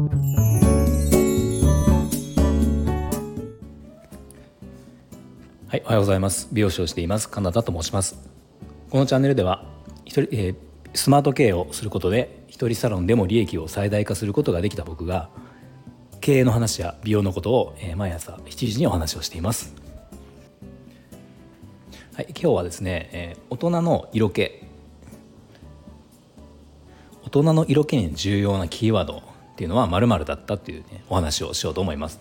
はい、おはようございます。美容師をしていますカナダと申します。このチャンネルではスマート経営をすることで一人サロンでも利益を最大化することができた僕が、経営の話や美容のことを毎朝7時にお話をしています。はい、今日はですね、大人の色気に重要なキーワードっていうのは〇〇だったっていう、お話をしようと思います。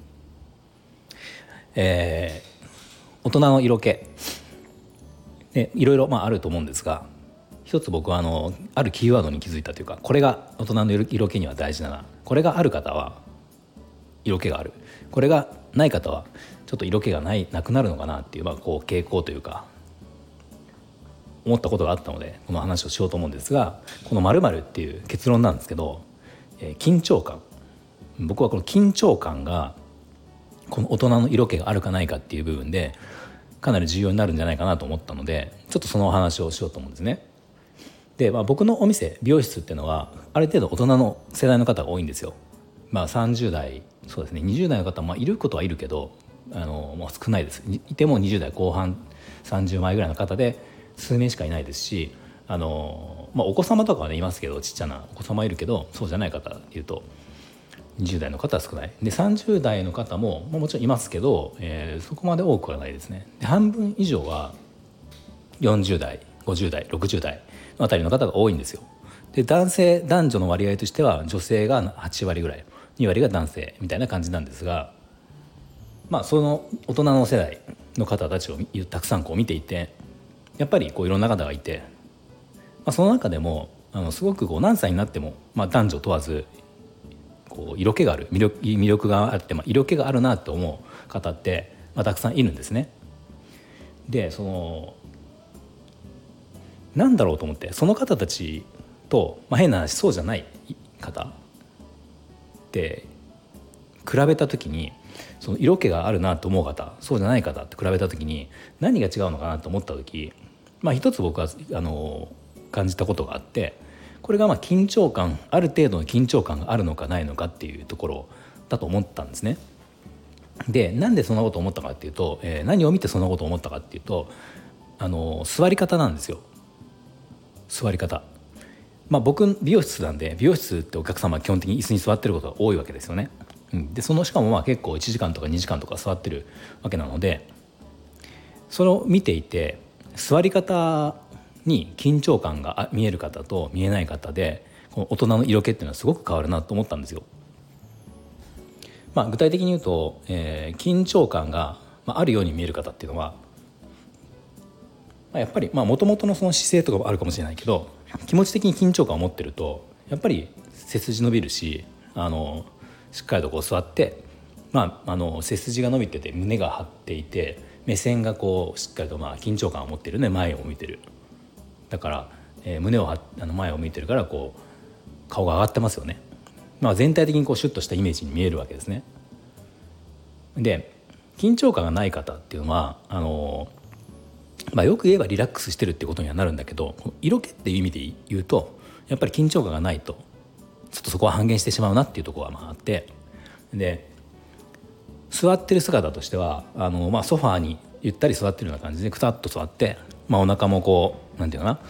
大人の色気でいろいろあると思うんですが、一つ僕はあるキーワードに気づいたというか、これが大人の色気には大事だな、これがある方は色気がある、これがない方はちょっと色気がなくなるのかなっていう、こう傾向というか思ったことがあったので、この話をしようと思うんですが、この〇〇っていう結論なんですけど、緊張感、僕はこの緊張感がこの大人の色気があるかないかっていう部分でかなり重要になるんじゃないかなと思ったので、ちょっとそのお話をしようと思うんですね。で、僕のお店美容室っていうのはある程度大人の世代の方が多いんですよ。30代、そうですね、20代の方もいることはいるけどもう少ないです。いても20代後半30前ぐらいの方で数名しかいないですし、お子様とかはねいますけど、ちっちゃなお子様いるけど、そうじゃない方っていうと20代の方は少ないで、30代の方ももちろんいますけど、そこまで多くはないですね。で、半分以上は40代50代60代のあたりの方が多いんですよ。で、男女の割合としては女性が8割ぐらい、2割が男性みたいな感じなんですが、その大人の世代の方たちをたくさん見ていて、やっぱりいろんな方がいて、その中でもすごく何歳になっても、男女問わず色気がある、魅力があって、色気があるなと思う方って、たくさんいるんですね。で、なんだろうと思って、その方たちと、変な話そうじゃない方って比べた時に、その色気があるなと思う方、そうじゃない方って比べた時に何が違うのかなと思った時、一つ僕は感じたことがあって、これが緊張感、ある程度の緊張感があるのかないのかっていうところだと思ったんですね。で、なんでそんなことを思ったかっていうと、何を見てそんなことを思ったかっていうと、座り方なんですよ。座り方、僕美容室なんで、美容室ってお客様は基本的に椅子に座ってることが多いわけですよね。で、しかも結構1時間とか2時間とか座ってるわけなので、それを見ていて、座り方に緊張感が見える方と見えない方で、この大人の色気っていうのはすごく変わるなと思ったんですよ。具体的に言うと、緊張感があるように見える方っていうのは、やっぱりもともとのその姿勢とかもあるかもしれないけど、気持ち的に緊張感を持ってるとやっぱり背筋伸びるし、しっかりと座って、背筋が伸びてて胸が張っていて、目線がしっかりと緊張感を持ってるね、前を向いてる。だから、胸を前を向いてるから顔が上がってますよね。全体的にシュッとしたイメージに見えるわけですね。で、緊張感がない方っていうのはよく言えばリラックスしてるってことにはなるんだけど、色気っていう意味で言うとやっぱり緊張感がないとちょっとそこは半減してしまうなっていうところがあって、で、座ってる姿としてはソファーにゆったり座ってるような感じでくたっと座って、お腹もなんていうかな、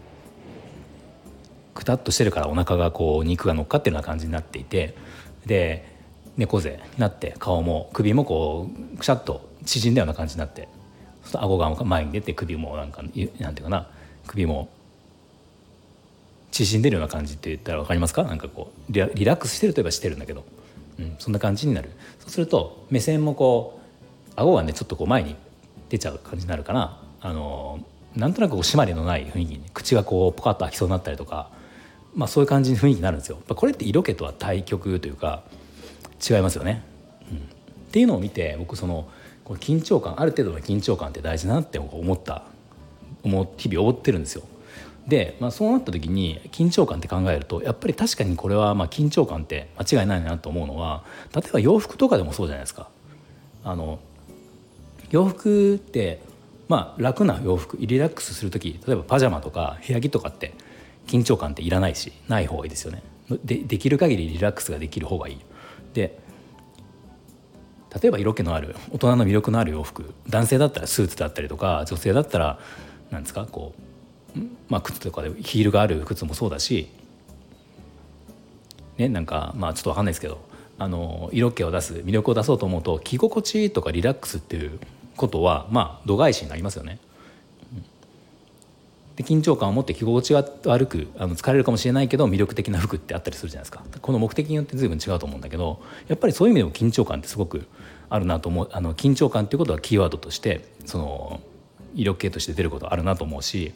くたっとしてるからお腹が肉が乗っかってるような感じになっていて、で、猫背になって顔も首もくしゃっと縮んだような感じになって、顎が前に出て首もなんていうかな、首も縮んでるような感じって言ったら分かりますか？リラックスしてるといえばしてるんだけど、そんな感じになる。そうすると目線も顎がねちょっと前に出ちゃう感じになるから、なんとなく締まりのない雰囲気に、口がポカッと開きそうになったりとか、そういう感じの雰囲気になるんですよ。これって色気とは対極というか違いますよね。っていうのを見て、僕この緊張感、ある程度の緊張感って大事だなって日々思ってるんですよ。で、そうなった時に緊張感って考えると、やっぱり確かにこれは緊張感って間違いないなと思うのは、例えば洋服とかでもそうじゃないですか。洋服って楽な洋服、リラックスする時、例えばパジャマとか部屋着とかって緊張感っていらないし、ない方がいいですよね。 できる限りリラックスができる方がいい。で例えば色気のある大人の魅力のある洋服、男性だったらスーツだったりとか、女性だったらなんですかこう、靴とかでヒールがある靴もそうだし、ね、なんかちょっと分かんないですけど色気を出す魅力を出そうと思うと着心地とかリラックスっていうことは度外視になりますよね。で緊張感を持って着心地が悪く疲れるかもしれないけど魅力的な服ってあったりするじゃないですか。この目的によって随分違うと思うんだけど、やっぱりそういう意味でも緊張感ってすごくあるなと思う。緊張感っていうことはキーワードとしてその色気として出ることあるなと思うし、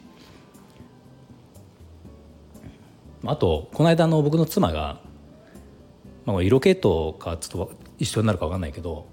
あとこの間僕の妻が、色気とかちょっと一緒になるか分かんないけど、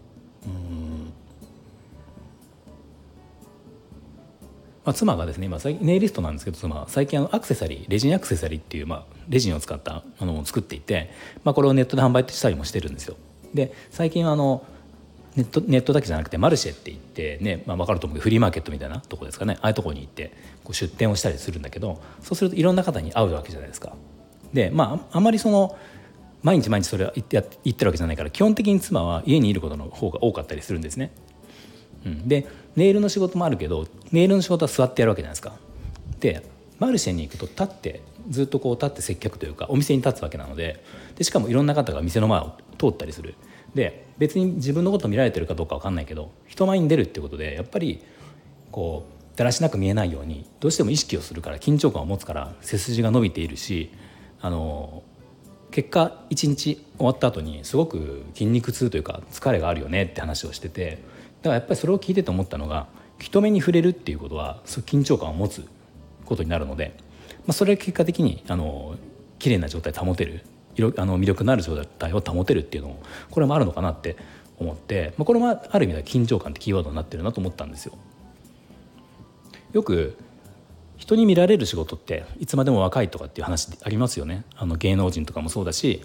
妻がですね今最近ネイリストなんですけど、妻は最近アクセサリーレジンアクセサリーっていう、レジンを使ったものを作っていて、これをネットで販売したりもしてるんですよ。で最近ネットだけじゃなくてマルシェって言ってね、分かると思うけどフリーマーケットみたいなとこですかね、ああいうとこに行ってこう出店をしたりするんだけど、そうするといろんな方に会うわけじゃないですか。であまり毎日それは言ってるわけじゃないから、基本的に妻は家にいることの方が多かったりするんですね。でネイルの仕事もあるけど、ネイルの仕事は座ってやるわけじゃないですか。でマルシェに行くとずっと立って接客というかお店に立つわけなので、しかもいろんな方が店の前を通ったりする。で別に自分のこと見られてるかどうか分かんないけど、人前に出るってことでやっぱりだらしなく見えないようにどうしても意識をするから、緊張感を持つから背筋が伸びているし、結果一日終わった後にすごく筋肉痛というか疲れがあるよねって話をしてて、だからやっぱりそれを聞いてて思ったのが、人目に触れるっていうことは緊張感を持つことになるので、それが結果的に綺麗な状態を保てる、魅力のある状態を保てるっていうのもこれもあるのかなって思って、これもある意味では緊張感ってキーワードになってるなと思ったんですよ。よく人に見られる仕事っていつまでも若いとかっていう話ありますよね。芸能人とかもそうだし、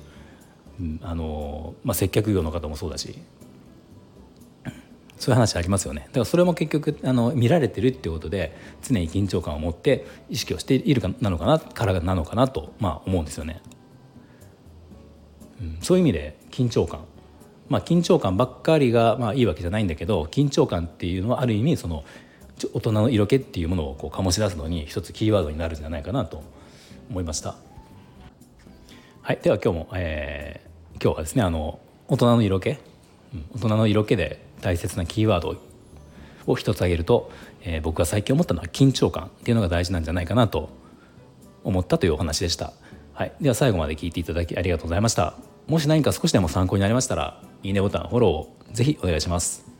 接客業の方もそうだし、そういう話ありますよね。だからそれも結局見られてるっていうことで常に緊張感を持って意識をしているからなのかなと思うんですよね。そういう意味で緊張感、緊張感ばっかりがいいわけじゃないんだけど、緊張感っていうのはある意味大人の色気っていうものを醸し出すのに一つキーワードになるんじゃないかなと思いました。はい、では今日はですね大人の色気、大人の色気で大切なキーワードを一つ挙げると、僕が最近思ったのは緊張感っていうのが大事なんじゃないかなと思ったというお話でした。はい、では最後まで聞いていただきありがとうございました。もし何か少しでも参考になりましたらいいねボタン、フォローをぜひお願いします。